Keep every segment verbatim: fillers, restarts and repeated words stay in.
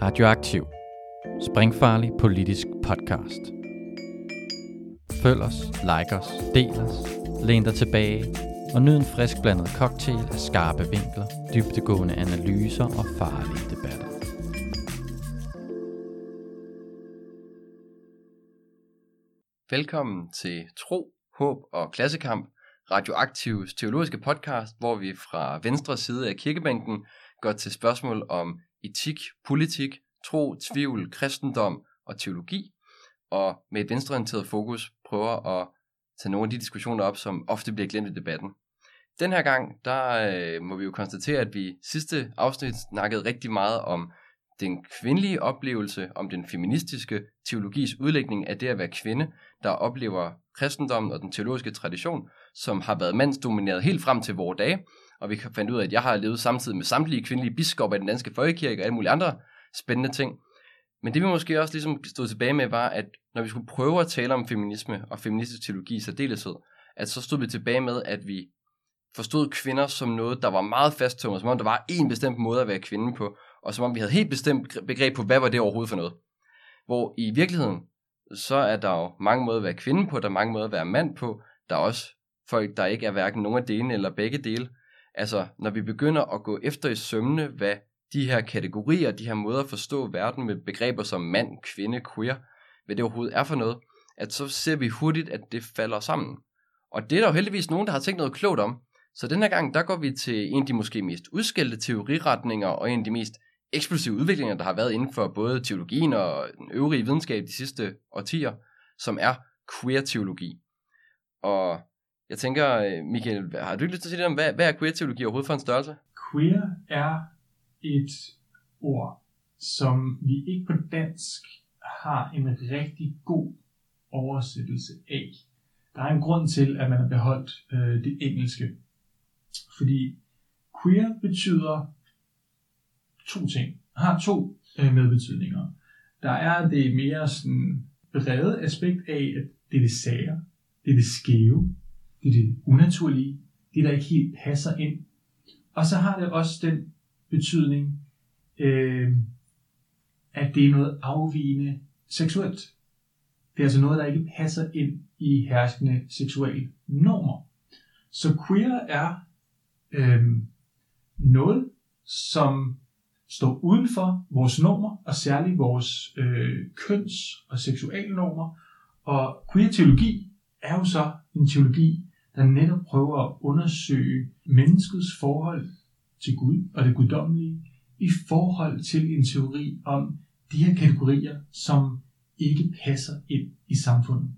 Radioaktiv. Springfarlig politisk podcast. Følg os, like os, del os, læn dig tilbage og nyd en frisk blandet cocktail af skarpe vinkler, dybdegående analyser og farlige debatter. Velkommen til Tro, Håb og Klassekamp, Radioaktivs teologiske podcast, hvor vi fra venstre side af kirkebænken går til spørgsmål om etik, politik, tro, tvivl, kristendom og teologi, og med et venstreorienteret fokus prøver at tage nogle af de diskussioner op, som ofte bliver glemt i debatten. Den her gang, der øh, må vi jo konstatere, at vi sidste afsnit snakkede rigtig meget om den kvindelige oplevelse, om den feministiske teologis udlægning af det at være kvinde, der oplever kristendommen og den teologiske tradition, som har været mandsdomineret helt frem til vores dage. Og vi fandt ud af, at jeg har levet samtidig med samtlige kvindelige biskopper i den danske folkekirke og alle mulige andre spændende ting. Men det vi måske også ligesom stod tilbage med, var, at når vi skulle prøve at tale om feminisme og feministisk teologi i særdeleshed, at så stod vi tilbage med, at vi forstod kvinder som noget, der var meget fasttømret, som om der var en bestemt måde at være kvinde på, og som om vi havde helt bestemt begreb på, hvad var det overhovedet for noget. Hvor i virkeligheden, så er der jo mange måder at være kvinde på, der er mange måder at være mand på, der er også folk, der ikke er hverken nogen af delene eller begge dele. Altså, når vi begynder at gå efter i sømmene, hvad de her kategorier, de her måder at forstå verden med begreber som mand, kvinde, queer, hvad det overhovedet er for noget, at så ser vi hurtigt, at det falder sammen. Og det er der jo heldigvis nogen, der har tænkt noget klogt om. Så den her gang, der går vi til en af de måske mest udskældte teoriretninger, og en af de mest eksplosive udviklinger, der har været inden for både teologien og den øvrige videnskab de sidste årtier, som er queer-teologi. Og jeg tænker, Michael, har du ikke lyst til at sige lidt om, hvad, hvad er queer-teologi overhovedet for en størrelse? Queer er et ord, som vi ikke på dansk har en rigtig god oversættelse af. Der er en grund til, at man har beholdt øh, det engelske. Fordi queer betyder to ting. Har to øh, medbetydninger. Der er det mere sådan brede aspekt af, at det er det sære, det er det skæve, det er det unaturlige, det der ikke helt passer ind. Og så har det også den betydning, øh, at det er noget afvigende seksuelt. Det er altså noget, der ikke passer ind i herskende seksuelle normer. Så queer er øh, noget, som står uden for vores normer, og særligt vores øh, køns- og seksualnormer. Og queer-teologi er jo så en teologi, der netop prøver at undersøge menneskets forhold til Gud og det guddommelige, i forhold til en teori om de her kategorier, som ikke passer ind i samfundet.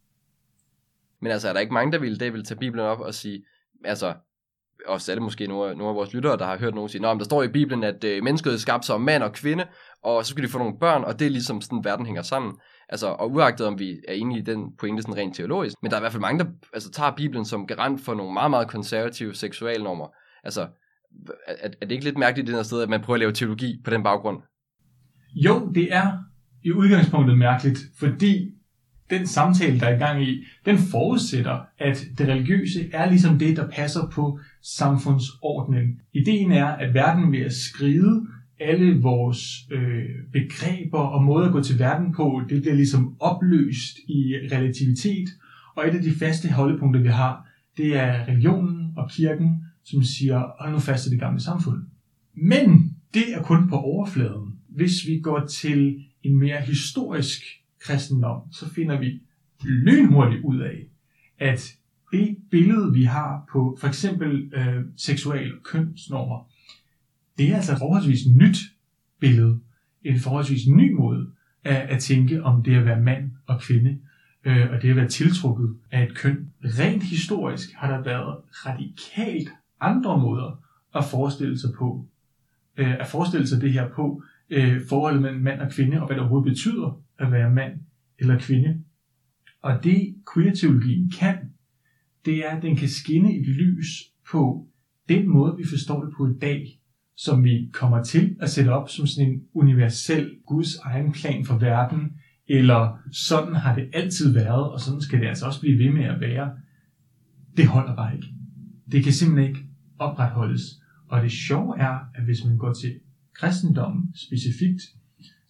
Men altså, er der ikke mange, der vil, der vil tage Bibelen op og sige, altså, også er det måske nogle af, nogle af vores lyttere, der har hørt nogen sige, nå, men der står i Bibelen, at øh, mennesket er skabt som mand og kvinde, og så skal de få nogle børn, og det er ligesom sådan, verden hænger sammen. Altså, og uagtet om vi er enige i den pointe sådan rent teologisk, men der er i hvert fald mange, der altså, tager Bibelen som garant for nogle meget, meget konservative seksualnormer. Altså, er, er det ikke lidt mærkeligt det der sted, at man prøver at lave teologi på den baggrund? Jo, det er i udgangspunktet mærkeligt, fordi den samtale, der er i gang i, den forudsætter, at det religiøse er ligesom det, der passer på samfundsordenen. Ideen er, at verden ved at skride alle vores øh, begreber og måder at gå til verden på, det bliver ligesom opløst i relativitet. Og et af de faste holdepunkter, vi har, det er religionen og kirken, som siger, hold nu fast i det gamle samfund. Men det er kun på overfladen. Hvis vi går til en mere historisk kristendom, så finder vi lynhurtigt ud af, at det billede, vi har på for eksempel øh, seksual- og kønsnormer, det er altså et forholdsvis nyt billede, en forholdsvis ny måde at, at tænke om det at være mand og kvinde, øh, og det at være tiltrukket af et køn. Rent historisk har der været radikalt andre måder at forestille sig på, øh, at forestille sig det her på, øh, forholdet mellem mand og kvinde, og hvad det overhovedet betyder at være mand eller kvinde. Og det queer-teologien kan, det er, at den kan skinne et lys på den måde, vi forstår det på i dag, som vi kommer til at sætte op som sådan en universel Guds egen plan for verden, eller sådan har det altid været, og sådan skal det altså også blive ved med at være. Det holder bare ikke. Det kan simpelthen ikke opretholdes. Og det sjove er, at hvis man går til kristendommen specifikt,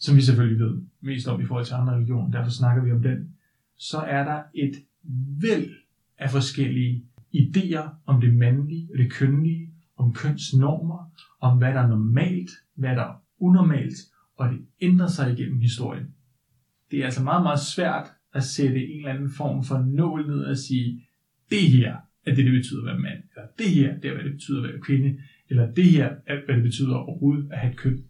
som vi selvfølgelig ved mest om i forhold til andre religioner, derfor snakker vi om den, så er der et væld af forskellige idéer om det mandlige og det kønnelige, om kønsnormer, om hvad der er normalt, hvad der er unormalt, og det ændrer sig igennem historien. Det er altså meget, meget svært at sætte en eller anden form for nål ned og sige, det her er det, det betyder at være mand, eller det her, det er, hvad det betyder at være kvinde, eller det her er, hvad det betyder overhovedet at have et køn.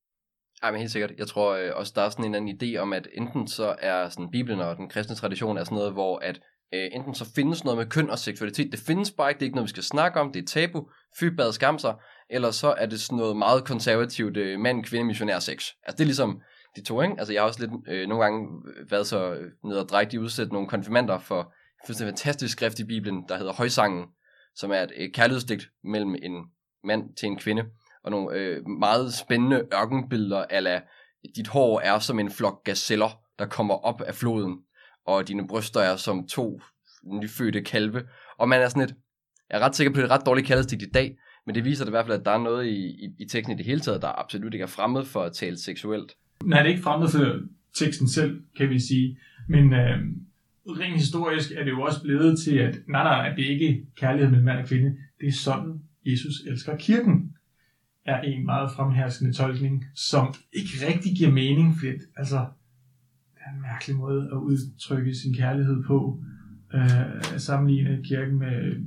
Ej, men helt sikkert. Jeg tror øh, også, der er sådan en anden idé om, at enten så er sådan Bibelen og den kristne tradition er sådan noget, hvor at øh, enten så findes noget med køn og seksualitet, det findes bare ikke, det er ikke noget, vi skal snakke om, det er tabu, fy bad skam sig, eller så er det sådan noget meget konservativt øh, mand, kvinde, missionær sex. Altså det er ligesom de to, ikke? Altså jeg har også lidt øh, nogle gange været så ned og drægtigt udsat nogle konfirmander for et fuldstændig fantastisk skrift i Bibelen, der hedder Højsangen, som er et øh, kærlighedsdigt mellem en mand til en kvinde, og nogle øh, meget spændende ørkenbilleder, ala dit hår er som en flok gazeller, der kommer op af floden, og dine bryster er som to nyfødte kalve, og man er sådan et, jeg er ret sikker på, at det er ret dårligt kærlighedsdigt i dag, men det viser det i hvert fald, at der er noget i, i, i teksten i det hele taget, der absolut ikke er fremmed for at tale seksuelt. Nej, det er ikke fremmed for teksten selv, kan vi sige, men øh, rent historisk er det jo også blevet til, at nej, nej, nej, det er ikke kærlighed mellem mand og kvinde, det er sådan, Jesus elsker kirken, er en meget fremherskende tolkning, som ikke rigtig giver mening, fordi altså, det er en mærkelig måde at udtrykke sin kærlighed på, øh, sammenligne kirken med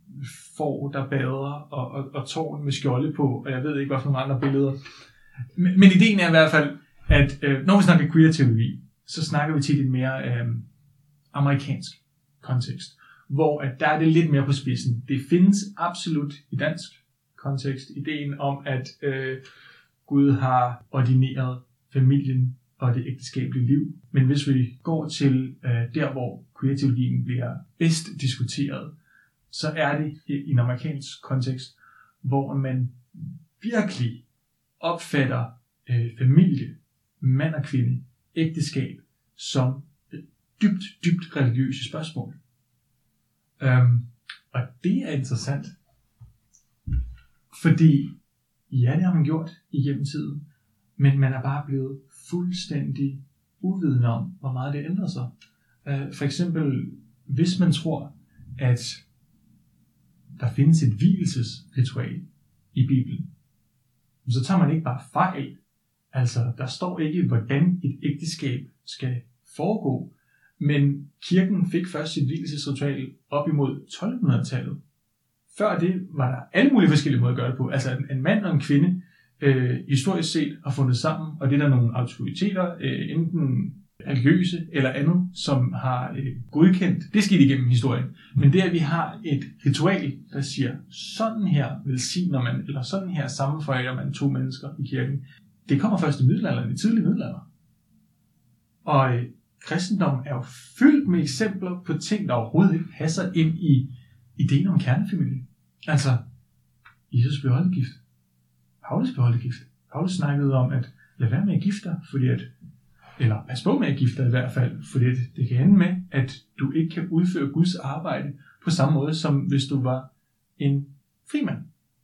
får, der bader, og, og, og tårn med skjolde på, og jeg ved ikke, hvad for nogle andre billeder. Men, men ideen er i hvert fald, at øh, når vi snakker queer-teologi, så snakker vi til en mere øh, amerikansk kontekst, hvor at der er det lidt mere på spidsen. Det findes absolut i dansk kontekst, ideen om, at øh, Gud har ordineret familien og det ægteskabelige liv. Men hvis vi går til øh, der, hvor queer-teologien bliver bedst diskuteret, så er det i en amerikansk kontekst, hvor man virkelig opfatter øh, familie, mand og kvinde, ægteskab som dybt, dybt religiøse spørgsmål. Um, og det er interessant, fordi ja, det har man gjort igennem tiden, men man er bare blevet fuldstændig uvidende om, hvor meget det ændrer sig. Uh, for eksempel, hvis man tror, at der findes et vielsesritual i Bibelen, så tager man ikke bare fejl. Altså, der står ikke, hvordan et ægteskab skal foregå, men kirken fik først sit vielsesritual op imod tolv hundrede-tallet. Før det var der alle mulige forskellige måder at gøre det på. Altså, en mand og en kvinde øh, historisk set har fundet sammen, og det er der nogle autoriteter, øh, enten religiøse eller andet, som har øh, godkendt. Det skete igennem historien. Men det, at vi har et ritual, der siger, sådan her velsigner man, eller sådan her sammenføjer man to mennesker i kirken, det kommer først i middelalderen, i tidlig middelalder. Og øh, kristendom er jo fyldt med eksempler på ting, der overhovedet ikke passer ind i ideen om kernefamilie. Altså, Jesus blev holdt gift. Paulus blev holdt gift. Paulus snakkede om, at lad være med at gifte dig, fordi at, eller pas på med at gifte dig i hvert fald, fordi at det kan ende med, at du ikke kan udføre Guds arbejde på samme måde, som hvis du var en frimand.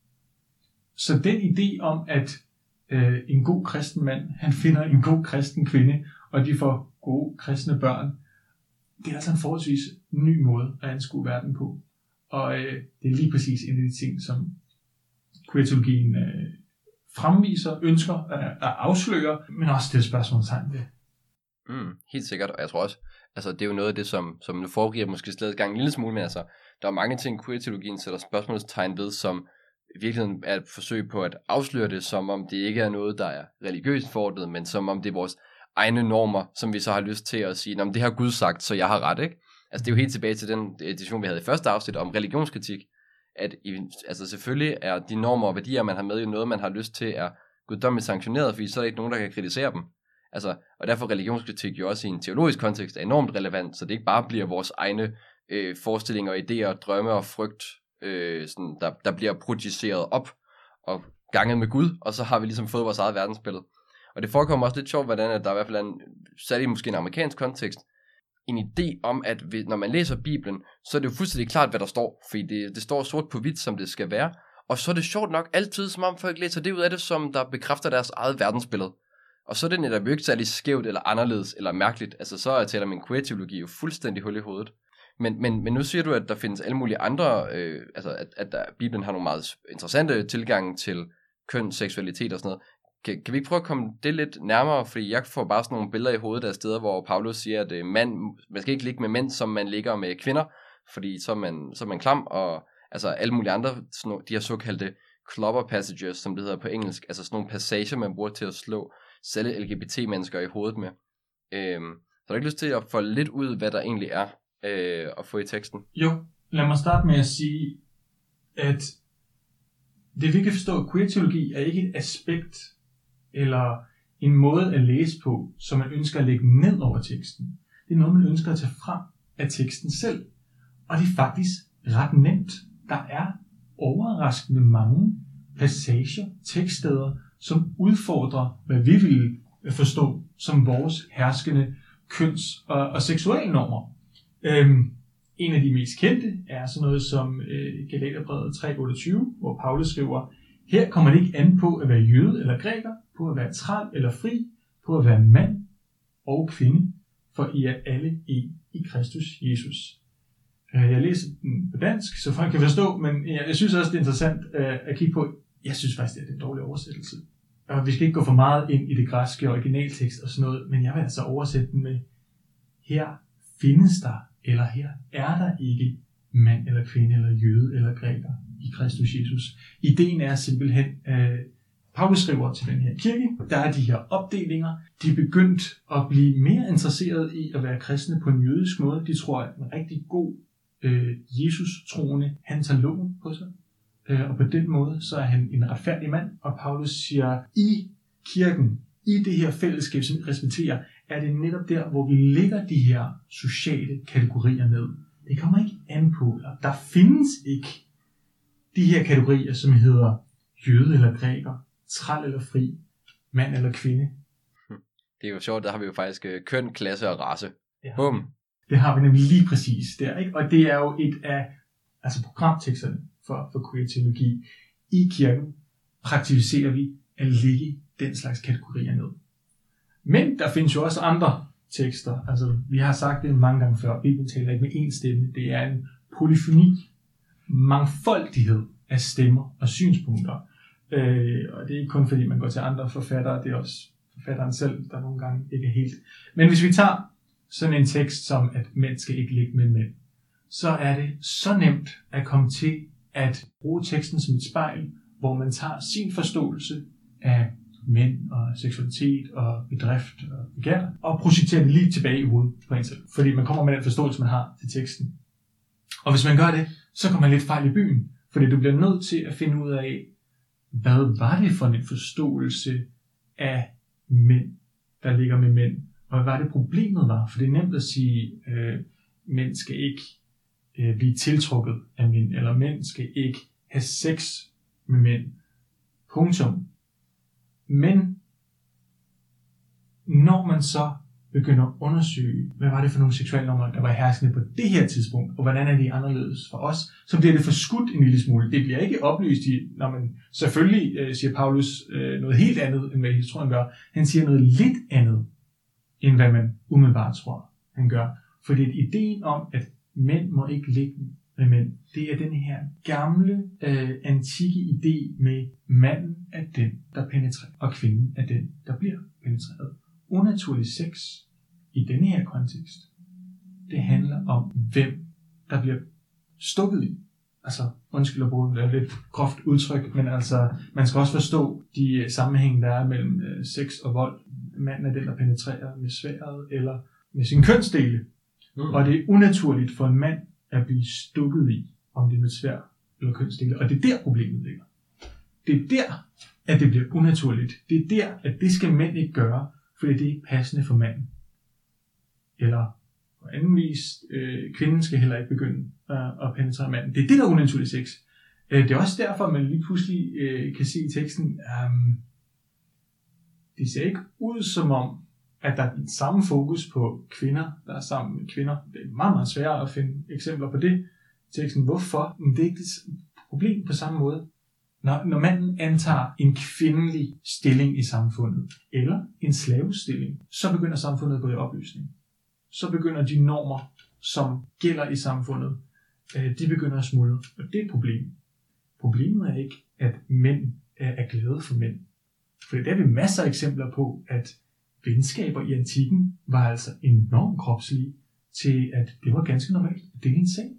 Så den idé om, at øh, en god kristen mand, han finder en god kristen kvinde, og de får gode kristne børn, det er altså en forholdsvis ny måde at anskue verden på. Og øh, det er lige præcis en af de ting, som queer-teologien øh, fremviser, ønsker at, at afsløre, men også det spørgsmålstegn ved. Mm, helt sikkert, og jeg tror også, altså det er jo noget af det, som, som nu foregiver måske slet gang en lille smule, men altså, der er mange ting, queer-teologien sætter spørgsmålstegn ved, som i virkeligheden er et forsøg på at afsløre det, som om det ikke er noget, der er religiøst fordret, men som om det er vores egne normer, som vi så har lyst til at sige, nå, men det har Gud sagt, så jeg har ret, ikke? Altså det er jo helt tilbage til den edition, vi havde i første afsnit om religionskritik, at altså selvfølgelig er de normer og værdier, man har med, jo noget, man har lyst til, er guddommeligt sanktioneret, fordi så er der ikke nogen, der kan kritisere dem. Altså, og derfor er religionskritik jo også i en teologisk kontekst er enormt relevant, så det ikke bare bliver vores egne øh, forestillinger, idéer, drømme og frygt, øh, sådan, der, der bliver projiceret op og ganget med Gud, og så har vi ligesom fået vores eget verdensbillede. Og det forekommer også lidt sjovt, hvordan at der i hvert fald er en, særligt måske en amerikansk kontekst, en idé om, at når man læser Bibelen, så er det jo fuldstændig klart, hvad der står, fordi det, det står sort på hvidt, som det skal være, og så er det sjovt nok altid, som om folk læser det ud af det, som der bekræfter deres eget verdensbillede. Og så er det netop ikke særlig skævt eller anderledes eller mærkeligt. Altså så er taler min queer-teologi jo fuldstændig hul i hovedet. Men, men, men nu siger du, at der findes alle mulige andre, øh, altså at, at der, Bibelen har nogle meget interessante tilgange til køn, seksualitet og sådan noget. Kan, kan vi ikke prøve at komme det lidt nærmere? Fordi jeg får bare sådan nogle billeder i hovedet af steder, hvor Paulus siger, at øh, mand, man skal ikke ligge med mænd, som man ligger med kvinder, fordi så er man, så er man klam, og altså alle mulige andre, sådan nogle, de her såkaldte clobber passages, som det hedder på engelsk, altså sådan nogle passager, man bruger til at slå selv L G B T-mennesker i hovedet med. Øhm, så har du ikke lyst til at få lidt ud, hvad der egentlig er øh, at få i teksten? Jo, lad mig starte med at sige, at det vi kan forstå, at queer-teologi er ikke et aspekt eller en måde at læse på, som man ønsker at lægge ned over teksten. Det er noget, man ønsker at tage frem af teksten selv. Og det er faktisk ret nemt. Der er overraskende mange passager, tekststeder, som udfordrer, hvad vi vil forstå som vores herskende køns- og, og seksuelle normer. Øhm, en af de mest kendte er sådan noget som øh, Galaterbrevet tre otteogtyve, hvor Paulus skriver, her kommer det ikke an på at være jøde eller græker, på at være træl eller fri, på at være mand og kvinde, for I er alle en i Kristus Jesus. Jeg læser den på dansk, så folk kan forstå, men jeg synes også, det er interessant at kigge på. Jeg synes faktisk, det er en dårlig oversættelse. Og vi skal ikke gå for meget ind i det græske originaltekst og sådan noget, men jeg vil altså oversætte den med, her findes der, eller her er der ikke mand eller kvinde, eller jøde eller græker i Kristus Jesus. Ideen er simpelthen, at Paulus skriver til den her kirke, der er de her opdelinger. De er begyndt at blive mere interesseret i at være kristne på en jødisk måde. De tror, at en rigtig god øh, Jesus-troende, han tager loven på sig. Øh, og på den måde, så er han en retfærdig mand. Og Paulus siger, i kirken, i det her fællesskab, som vi respekterer, er det netop der, hvor vi lægger de her sociale kategorier ned. Det kommer ikke an på, eller der findes ikke de her kategorier, som hedder jøde eller græker, træl eller fri, mand eller kvinde. Det er jo sjovt, der har vi jo faktisk køn, klasse og race. Ja. Bum. Det har vi nemlig lige præcis der, ikke? Og det er jo et af altså programteksterne for, for queer-teologi. I kirken praktiserer vi at lægge den slags kategorier ned. Men der findes jo også andre tekster. Altså, vi har sagt det mange gange før. Bibelen taler ikke med én stemme. Det er en polyfoni, mangfoldighed af stemmer og synspunkter. Øh, og det er ikke kun fordi man går til andre forfattere, det er også forfatteren selv, der nogle gange ikke er helt. Men hvis vi tager sådan en tekst som, at mænd skal ikke ligge med mænd, så er det så nemt at komme til at bruge teksten som et spejl, hvor man tager sin forståelse af mænd og seksualitet og bedrift og begær, og projekterer det lige tilbage i hovedet på en selv. Fordi man kommer med den forståelse, man har til teksten. Og hvis man gør det, så kommer man lidt fejl i byen, fordi du bliver nødt til at finde ud af, hvad var det for en forståelse af mænd, der ligger med mænd? Og hvad var det problemet var? For det er nemt at sige, øh, mænd skal ikke øh, blive tiltrukket af mænd, eller mænd skal ikke have sex med mænd. Punktum. Men når man så begynder at undersøge, hvad var det for nogle seksuelle normer, der var herskende på det her tidspunkt, og hvordan er de anderledes for os, så bliver det forskudt en lille smule. Det bliver ikke oplyst i, når man selvfølgelig øh, siger Paulus øh, noget helt andet, end hvad historien gør. Han siger noget lidt andet, end hvad man umiddelbart tror, han gør. Fordi ideen om, at mænd må ikke ligge med mænd, det er den her gamle, øh, antikke idé med manden er den, der penetrerer, og kvinden er den, der bliver penetreret. Unaturlig sex i denne her kontekst, det handler om, hvem der bliver stukket i. Altså, undskyld at bruge et lidt groft udtryk, men altså, man skal også forstå de sammenhæng, der er mellem øh, sex og vold. Manden er den, der penetrerer med sværdet eller med sin kønsdele. Mm. Og det er unaturligt for en mand at blive stukket i, om det er med sværd eller kønsdele. Og det er der problemet ligger. Det er der, at det bliver unaturligt. Det er der, at det skal mænd ikke gøre, fordi det er ikke passende for manden. Eller på anden vis, øh, kvinden skal heller ikke begynde øh, at penetrere manden. Det er det, der er unaturlig sex. Øh, det er også derfor, at man lige pludselig øh, kan se i teksten, øh, det ser ikke ud som om, at der er den samme fokus på kvinder, der er sammen med kvinder. Det er meget, meget svært at finde eksempler på det. Teksten, hvorfor? Men det er ikke et problem på samme måde. Når, når manden antager en kvindelig stilling i samfundet, eller en slavestilling, så begynder samfundet at gå i opløsning. Så begynder de normer, som gælder i samfundet, de begynder at smuldre. Og det er et problem. Problemet er ikke, at mænd er glade for mænd. For der er vi masser af eksempler på, at venskaber i antikken var altså enormt kropslige, til at det var ganske normalt at dele en seng.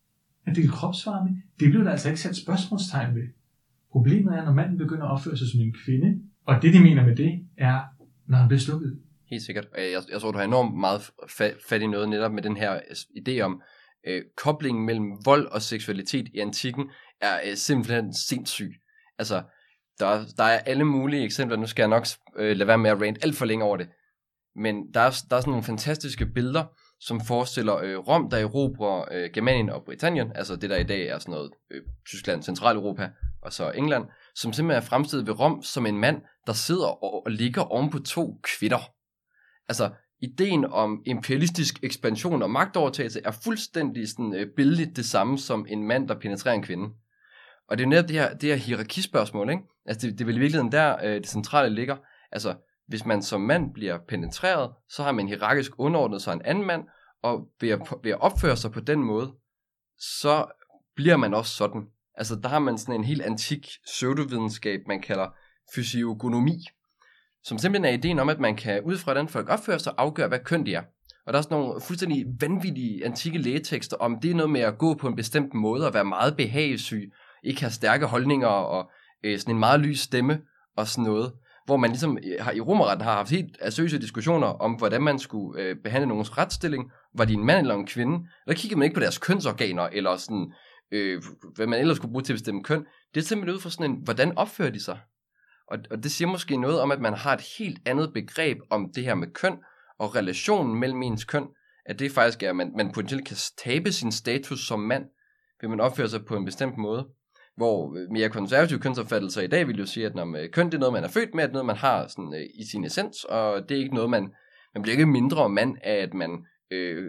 At dele kropsvarme, det blev der altså ikke sat spørgsmålstegn ved. Problemet er, når manden begynder at opføre sig som en kvinde, og det de mener med det, er, når han bliver slukket. Helt sikkert. Jeg, jeg tror, du har enormt meget fat i noget netop med den her idé om øh, koblingen mellem vold og seksualitet i antikken er øh, simpelthen sindssyg. Altså, der, der er alle mulige eksempler. Nu skal jeg nok øh, lade være med at rant alt for længe over det. Men der er, der er sådan nogle fantastiske billeder, som forestiller øh, Rom, der erobrer øh, Germanien og Britannien, altså det der i dag er sådan noget øh, Tyskland, Centraleuropa og så England, som simpelthen er fremstillet ved Rom som en mand, der sidder og, og ligger oven på to kvinder. Altså, ideen om imperialistisk ekspansion og magtovertagelse er fuldstændig sådan, øh, billedligt det samme som en mand, der penetrerer en kvinde. Og det er jo netop det her, det her hierarkispørgsmål, ikke? Altså, det, det er vel i virkeligheden der, øh, det centrale ligger. Altså, hvis man som mand bliver penetreret, så har man hierarkisk underordnet sig en anden mand, og ved at, ved at opføre sig på den måde, så bliver man også sådan. Altså, der har man sådan en helt antik pseudovidenskab, man kalder fysiognomi, som simpelthen er ideen om, at man kan ud fra hvordan folk opfører sig, afgøre, hvad køn de er. Og der er sådan nogle fuldstændig vanvittige antikke lægetekster, om det er noget med at gå på en bestemt måde, og være meget behagesyg, ikke have stærke holdninger, og øh, sådan en meget lys stemme, og sådan noget. Hvor man ligesom har, i romerretten har haft helt seriøse diskussioner om, hvordan man skulle øh, behandle nogens retsstilling. Var de en mand eller en kvinde? Der kiggede man ikke på deres kønsorganer, eller sådan, øh, hvad man ellers skulle bruge til at bestemme køn. Det er simpelthen ud fra sådan en, hvordan opfører de sig? Og, og det siger måske noget om, at man har et helt andet begreb om det her med køn, og relationen mellem ens køn, at det faktisk er, at man, man potentielt kan tabe sin status som mand, ved man opfører sig på en bestemt måde. Hvor mere konservative kønsopfattelser i dag vil jo sige, at når køn det er noget, man er født med, at noget, man har sådan, øh, i sin essens, og det er ikke noget, man, man bliver ikke mindre mand af, at man øh,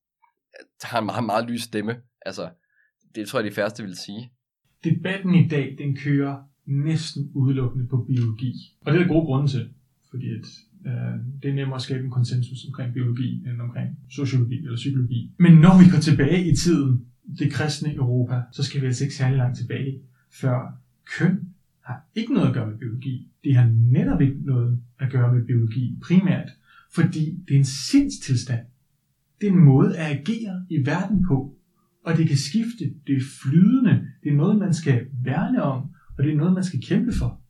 har en meget, meget lys stemme. Altså, det tror jeg, de færreste vil sige. Debatten i dag, den kører næsten udelukkende på biologi. Og det er der gode grunde til, fordi at, øh, det er nemmere at skabe en konsensus omkring biologi, end omkring sociologi eller psykologi. Men når vi går tilbage i tiden, det kristne Europa, så skal vi altså ikke særlig langt tilbage, før køn har ikke noget at gøre med biologi. Det har netop ikke noget at gøre med biologi primært, fordi det er en sindstilstand. Det er en måde at agere i verden på, og det kan skifte. Det er flydende. Det er noget, man skal værne om, og det er noget, man skal kæmpe for.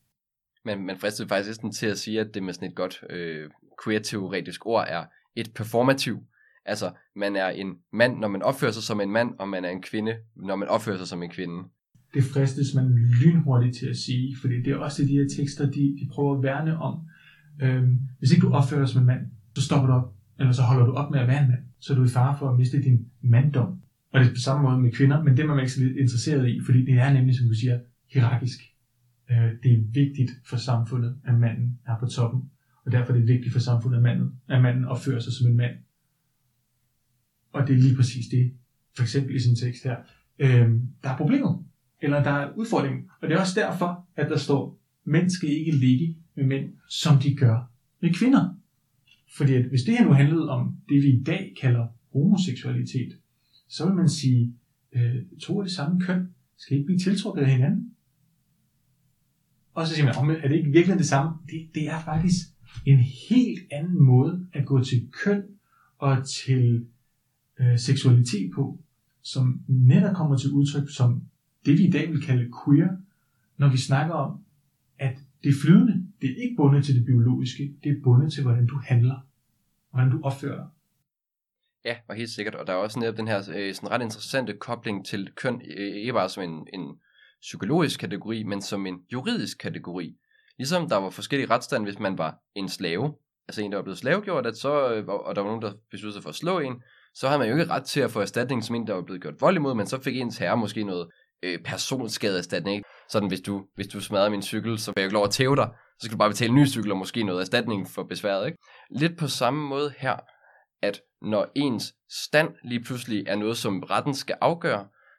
Men man frister faktisk næsten til at sige, at det med sådan et godt øh, queer-teoretisk ord er et performativ. Altså, man er en mand, når man opfører sig som en mand, og man er en kvinde, når man opfører sig som en kvinde. Det fristes man lynhurtigt til at sige, fordi det er også de her tekster, de, de prøver at værne om. Øhm, hvis ikke du opfører dig som en mand, så stopper du op, eller så holder du op med at være en mand, så er du i fare for at miste din manddom. Og det er på samme måde med kvinder, men det er man ikke så lidt interesseret i, fordi det er nemlig, som du siger, hierarkisk. Øh, det er vigtigt for samfundet, at manden er på toppen, og derfor er det vigtigt for samfundet, at manden, at manden opfører sig som en mand. Og det er lige præcis det, for eksempel i sin tekst her, øh, der er problemet, eller der er udfordringen. Og det er også derfor, at der står, mænd skal ikke ligge med mænd, som de gør med kvinder. Fordi at hvis det her nu handlede om det, vi i dag kalder homoseksualitet, så vil man sige, øh, to af det samme køn skal ikke blive tiltrukket af hinanden. Og så siger man, er det ikke virkelig det samme? Det, det er faktisk en helt anden måde at gå til køn og til øh, seksualitet på, som netop kommer til udtryk som det, vi i dag vil kalde queer, når vi snakker om, at det er flydende. Det er ikke bundet til det biologiske, det er bundet til, hvordan du handler, hvordan du opfører dig. Ja, og helt sikkert. Og der er også netop den her øh, sådan ret interessante kobling til køn, øh, ikke bare som en, en psykologisk kategori, men som en juridisk kategori. Ligesom der var forskellige retsstande, hvis man var en slave, altså en, der var blevet slavegjort, at så, øh, og der var nogen, der besluttede sig for at slå en, så havde man jo ikke ret til at få erstatning som en, der var blevet gjort vold imod, men så fik ens herre måske noget øh, personskadeerstatning. Sådan, hvis du, hvis du smadrer min cykel, så vil jeg ikke lov at tæve dig, så skal du bare betale en ny cykel og måske noget erstatning for besværet, ikke? Lidt på samme måde her, at når ens stand lige pludselig er noget, som retten skal afgøre,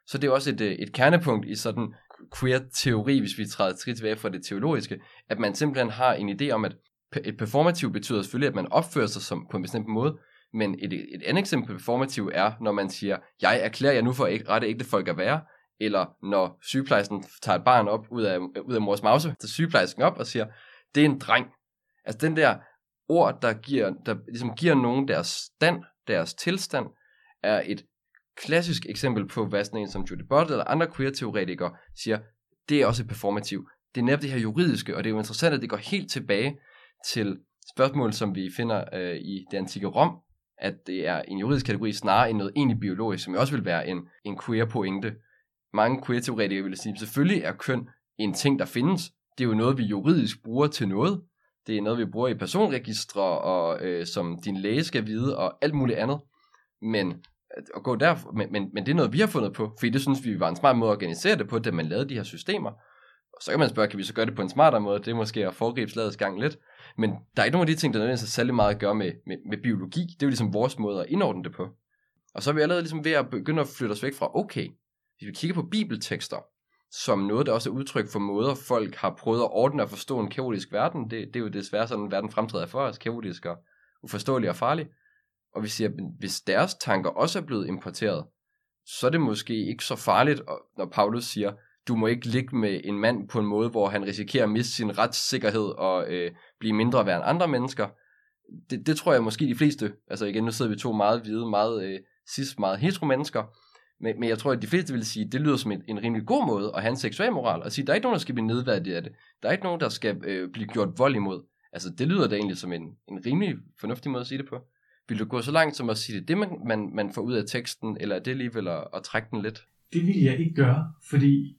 Så det er også et, et kernepunkt i sådan queer-teori, hvis vi træder skridt tilbage fra det teologiske, at man simpelthen har en idé om, at et performativ betyder selvfølgelig, at man opfører sig som, på en bestemt måde, men et, et andet eksempel på performativ er, når man siger, jeg erklærer jer nu for ikke, rette ægte folk at være, eller når sygeplejersken tager et barn op ud af, ud af mors mause, så sygeplejersken op og siger, det er en dreng. Altså den der ord, der giver, der ligesom giver nogen deres stand, deres tilstand, er et klassisk eksempel på, hvad sådan en som Judith Butler eller andre queer-teoretikere siger, det er også et performativ. Det er netop det her juridiske, og det er jo interessant, at det går helt tilbage til spørgsmål, som vi finder øh, i det antikke Rom, at det er en juridisk kategori snarere end noget egentlig biologisk, som også vil være en, en queer pointe. Mange queer-teoretikere vil sige, selvfølgelig er køn en ting, der findes. Det er jo noget, vi juridisk bruger til noget. Det er noget, vi bruger i personregistre, og øh, som din læge skal vide, og alt muligt andet. Men, at gå der, men, men, men det er noget, vi har fundet på, fordi det synes vi var en smart måde at organisere det på, da man lavede de her systemer. Og så kan man spørge, kan vi så gøre det på en smartere måde? Det er måske at foregribe slagets gang lidt. Men der er ikke nogen af de ting, der nødvendigvis har særlig meget at gøre med, med, med biologi. Det er jo ligesom vores måde at indordne det på. Og så er vi allerede ligesom ved at begynde at flytte os væk fra, okay, hvis vi kigger på bibeltekster, som noget, der også er udtryk for måder, folk har prøvet at ordne og forstå en kaotisk verden. Det, det er jo desværre sådan, verden fremtræder for os, kaotisk og uforståelig og farlig. Og vi siger, at hvis deres tanker også er blevet importeret, så er det måske ikke så farligt, når Paulus siger, du må ikke ligge med en mand på en måde, hvor han risikerer at miste sin retssikkerhed og øh, blive mindre værd end andre mennesker. Det, det tror jeg måske de fleste, altså igen, nu sidder vi to meget hvide, meget øh, cis, meget hetero mennesker, men, men jeg tror, at de fleste vil sige, at det lyder som en, en rimelig god måde at have en seksualmoral, og sige, at der er ikke nogen, der skal blive nedværdiget af det. Der er ikke nogen, der skal øh, blive gjort vold imod. Altså det lyder da egentlig som en, en rimelig fornuftig måde at sige det på. Vil du gå så langt som at sige det, det man, man, man får ud af teksten, eller er det alligevel at, at trække den lidt? Det vil jeg ikke gøre, fordi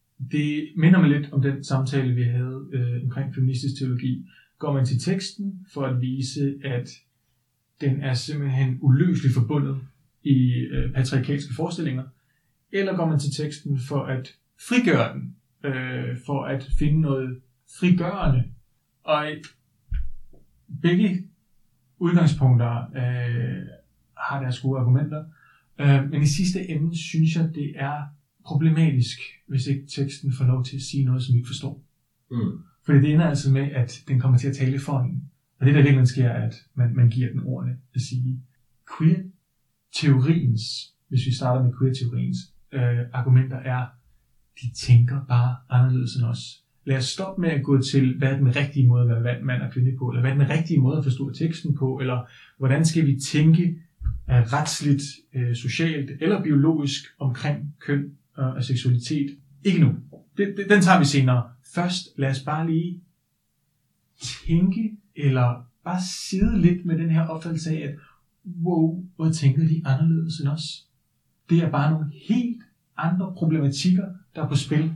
det minder mig lidt om den samtale, vi havde øh, omkring feministisk teologi. Går man til teksten for at vise, at den er simpelthen uløseligt forbundet i øh, patriarkalske forestillinger, eller går man til teksten for at frigøre den, øh, for at finde noget frigørende. Og begge udgangspunkter øh, har deres gode argumenter, øh, men i sidste ende synes jeg, det er problematisk, hvis ikke teksten får lov til at sige noget, som vi ikke forstår. Mm. Fordi det ender altså med, at den kommer til at tale for en. Og det der virkelig sker, er, at man, man giver den ordene at sige. Queer-teoriens, hvis vi starter med queer-teoriens øh, argumenter er, de tænker bare anderledes end os. Lad os stoppe med at gå til, hvad er den rigtige måde at være mand og kvinde på, eller hvad er den rigtige måde at forstå teksten på, eller hvordan skal vi tænke øh, retsligt, øh, socialt eller biologisk omkring køn og seksualitet. Ikke nu. Det, det, den tager vi senere. Først lad os bare lige tænke, eller bare sidde lidt med den her opfattelse af, at wow, hvor tænker de anderledes end os? Det er bare nogle helt andre problematikker, der er på spil.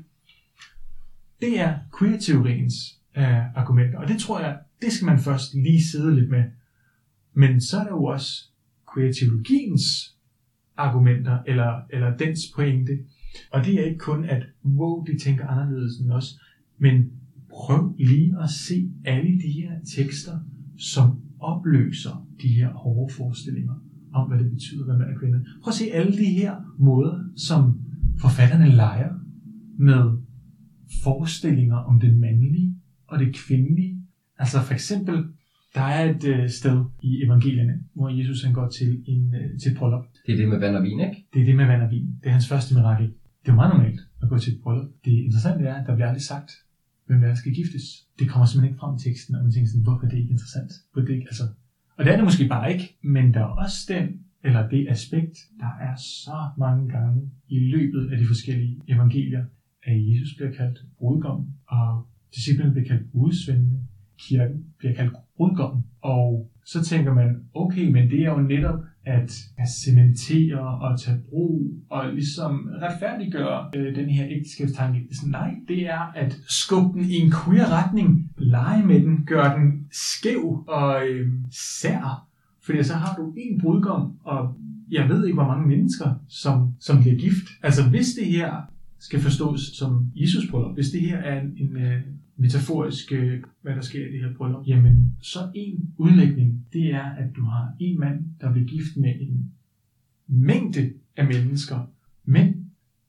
Det er queer-teoriens øh, argumenter, og det tror jeg, det skal man først lige sidde lidt med. Men så er der jo også queer-teologiens argumenter, eller, eller dens pointe. Og det er ikke kun, at wow, de tænker anderledes end os, men prøv lige at se alle de her tekster, som opløser de her hårde forestillinger om, hvad det betyder, hvad man er kvinde. Prøv at se alle de her måder, som forfatterne leger med forestillinger om det mandlige og det kvindelige. Altså for eksempel, der er et øh, sted i evangelierne, hvor Jesus han går til, en, øh, til et bryllup. Det er det med vand og vin, ikke? Det er det med vand og vin. Det er hans første mirakel. Det er jo meget normalt at gå til et bryllup. Det interessante er, at der bliver aldrig sagt, hvem der skal giftes. Det kommer simpelthen ikke frem i teksten, og man tænker sådan, hvorfor er det ikke interessant? Det ikke, altså. Og det er det måske bare ikke, men der er også den, eller det aspekt, der er så mange gange i løbet af de forskellige evangelier, at Jesus bliver kaldt brudgom, og disciplene bliver kaldt brudsvendene, kirken bliver kaldt brudgom. Og så tænker man, okay, men det er jo netop at, at cementere og tage brug og ligesom retfærdiggøre øh, den her ægteskabstanke. Nej, det er at skubbe den i en queer retning, lege med den, gøre den skæv og øh, sær. Fordi så har du en brudgom, og jeg ved ikke, hvor mange mennesker, som, som bliver gift. Altså hvis det her skal forstås som Jesus bryllup, hvis det her er en, en uh, metaforisk, uh, hvad der sker i det her bryllup, jamen så en udlægning, det er, at du har en mand, der bliver gift med en mængde af mennesker, mænd,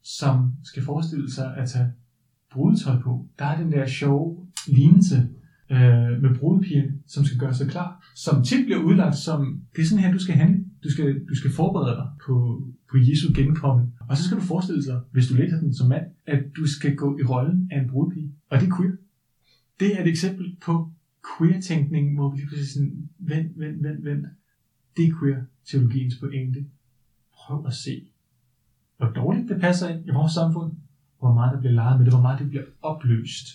som skal forestille sig at tage brudetøj på. Der er den der sjove lignelse øh, med brudepigen, som skal gøre sig klar, som tit bliver udlagt som, det er sådan her, du skal handle. Du skal, du skal forberede dig på, på Jesu genkomme. Og så skal du forestille dig, hvis du læser den som mand, at du skal gå i rollen af en brudepige. Og det er queer. Det er et eksempel på queer-tænkning, hvor vi lige præcis sådan, vent, vent, vent, vent. Det er queer-teologiens pointe. Prøv at se, hvor dårligt det passer ind i vores samfund, hvor meget der bliver leget med det, hvor meget det bliver opløst.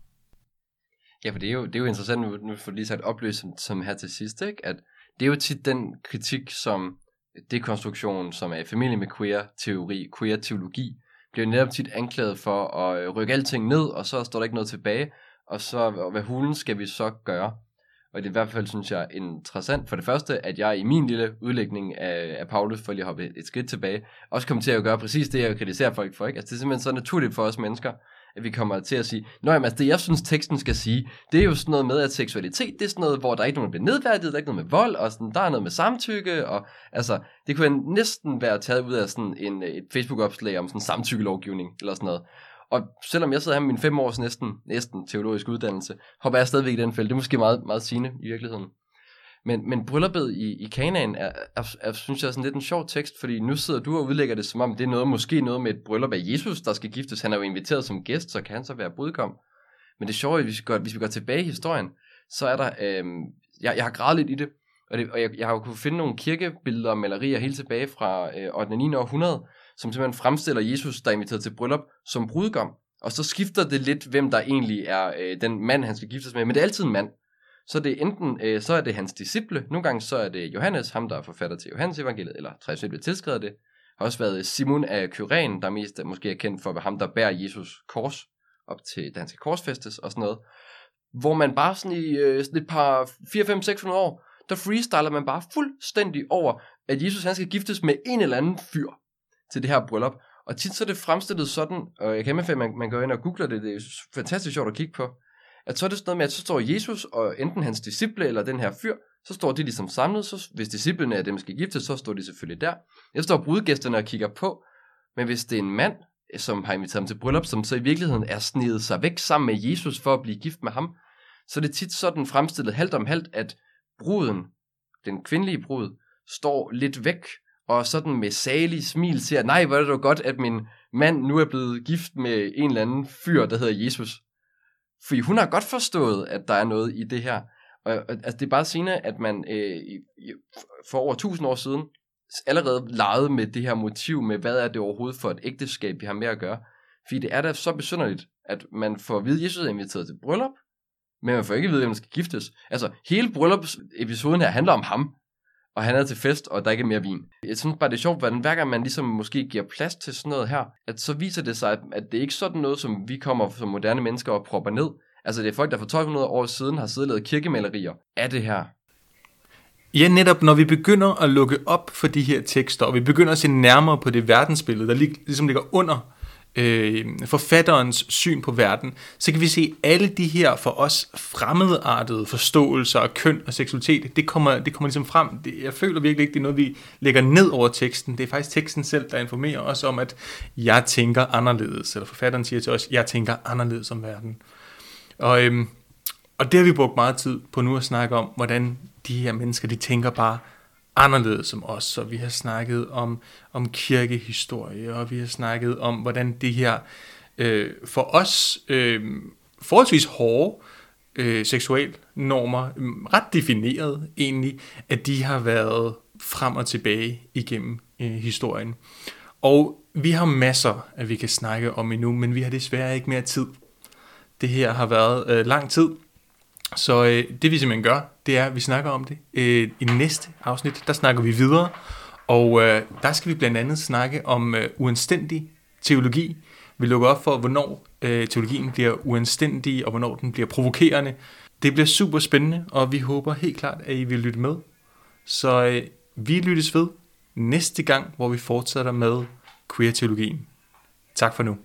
Ja, for det er jo, det er jo interessant, nu, nu får du lige sagt opløst som, som her til sidst, ikke? At det er jo tit den kritik, som dekonstruktion, som er i familie med queer-teori, queer-teologi, bliver netop tit anklaget for at rykke alting ned, og så står der ikke noget tilbage, og så hvad hulen skal vi så gøre? Og det er i hvert fald, synes jeg, interessant for det første, at jeg i min lille udlægning af, af Paulus, for lige at hoppe et skridt tilbage, også kommer til at gøre præcis det, jeg kritiserer folk for. Ikke? Altså, det er simpelthen så naturligt for os mennesker, at vi kommer til at sige, nå jamen, altså det jeg synes teksten skal sige, det er jo sådan noget med, at seksualitet, det er sådan noget, hvor der er ikke nogen, der bliver nedværdiget, der er ikke noget med vold, og sådan, der er noget med samtykke, og altså, det kunne næsten være taget ud af sådan en, et Facebook-opslag om sådan samtykkelovgivning, eller sådan noget. Og selvom jeg sidder her med min fem års næsten, næsten teologisk uddannelse, hopper jeg stadigvæk i den fælde. Det er måske meget, meget sigende i virkeligheden. Men, men brylluppet i, i Kanaan er, er, er, synes jeg, er sådan lidt en sjov tekst, fordi nu sidder du og udlægger det som om, det er noget, måske noget med et bryllup af Jesus, der skal giftes. Han er jo inviteret som gæst, så kan han så være brudgom. Men det sjove, hvis vi går, hvis vi går tilbage i historien, så er der, øh, jeg, jeg har gravet lidt i det, og, det, og jeg, jeg har jo kunnet finde nogle kirkebilleder og malerier helt tilbage fra øh, ottende og niende århundrede, som simpelthen fremstiller Jesus, der er inviteret til bryllup, som brudgom. Og så skifter det lidt, hvem der egentlig er øh, den mand, han skal giftes med. Men det er altid en mand. Så det er enten, øh, så er det hans disciple. Nogle gange så er det Johannes, ham der er forfatter til Johannes evangeliet, eller traditionelt bliver tilskrevet det. Har også været Simon af Kyren, der mest måske er kendt for at være ham, der bærer Jesus kors op til, da han skal korsfæstes og sådan noget. Hvor man bare sådan i øh, sådan et par fire, fem, seks hundrede år, der freestyler man bare fuldstændig over, at Jesus han skal giftes med en eller anden fyr til det her bryllup. Og tit så er det fremstillet sådan, og jeg kan anbefale, at man, man går ind og googler det, det er fantastisk sjovt at kigge på, at så er det sådan noget med, at så står Jesus og enten hans disciple eller den her fyr, så står de ligesom samlet, så hvis disciplene er dem, der skal giftes, så står de selvfølgelig der. Jeg står brudgæsterne og kigger på, men hvis det er en mand, som har inviteret ham til bryllup, som så i virkeligheden er snedet sig væk sammen med Jesus for at blive gift med ham, så er det tit sådan fremstillet halvt om halvt, at bruden, den kvindelige brud, står lidt væk, og sådan med salig smil siger, nej, hvor er det jo godt, at min mand nu er blevet gift med en eller anden fyr, der hedder Jesus. Fordi hun har godt forstået, at der er noget i det her. Og altså, det er bare sigende, at man øh, for over tusind år siden allerede legede med det her motiv med, hvad er det overhovedet for et ægteskab, vi har med at gøre. Fordi det er da så besynderligt, at man får at vide, at Jesus er inviteret til bryllup, men man får ikke at vide, at man skal giftes. Altså, hele bryllupsepisoden her handler om ham, og han er til fest, og der ikke er mere vin. Jeg synes bare, det er sjovt, hvordan hver gang man ligesom måske giver plads til sådan noget her, at så viser det sig, at det er ikke sådan noget, som vi kommer som moderne mennesker og propper ned. Altså det er folk, der for tolv hundrede år siden har siddet og lavet kirkemalerier af det her. Ja, netop når vi begynder at lukke op for de her tekster, og vi begynder at se nærmere på det verdensbillede, der ligesom ligger under øh, forfatterens syn på verden, så kan vi se alle de her for os fremmedartede forståelser af køn og seksualitet, det kommer, det kommer ligesom frem. Det, jeg føler virkelig ikke, det er noget, vi lægger ned over teksten. Det er faktisk teksten selv, der informerer os om, at jeg tænker anderledes, eller forfatteren siger til os, jeg tænker anderledes om verden. Og, øhm, og det har vi brugt meget tid på nu at snakke om, hvordan de her mennesker, de tænker bare anderledes som os. Så vi har snakket om, om kirkehistorie, og vi har snakket om, hvordan det her øh, for os øh, forholdsvis hårde øh, seksualnormer, øh, ret defineret egentlig, at de har været frem og tilbage igennem øh, historien. Og vi har masser, at vi kan snakke om endnu, men vi har desværre ikke mere tid. Det her har været øh, lang tid, så øh, det vi simpelthen gør, det er, at vi snakker om det. Øh, I næste afsnit, der snakker vi videre, og øh, der skal vi blandt andet snakke om øh, uanstændig teologi. Vi lukker op for, hvornår øh, teologien bliver uanstændig, og hvornår den bliver provokerende. Det bliver super spændende, og vi håber helt klart, at I vil lytte med. Så øh, vi lyttes ved næste gang, hvor vi fortsætter med queer-teologien. Tak for nu.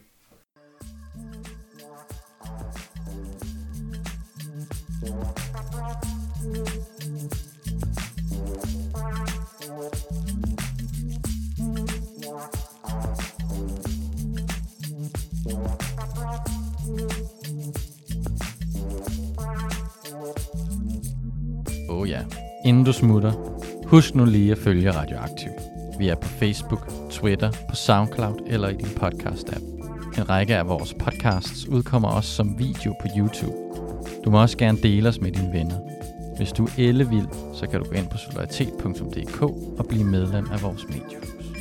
Åh oh ja, inden du smutter, husk nu lige at følge Radioaktiv. Vi er på Facebook, Twitter, på SoundCloud eller i din podcast-app. En række af vores podcasts udkommer også som video på YouTube. Du må også gerne dele os med dine venner. Hvis du er ellevild, så kan du gå ind på solidaritet punktum d k og blive medlem af vores mediehus.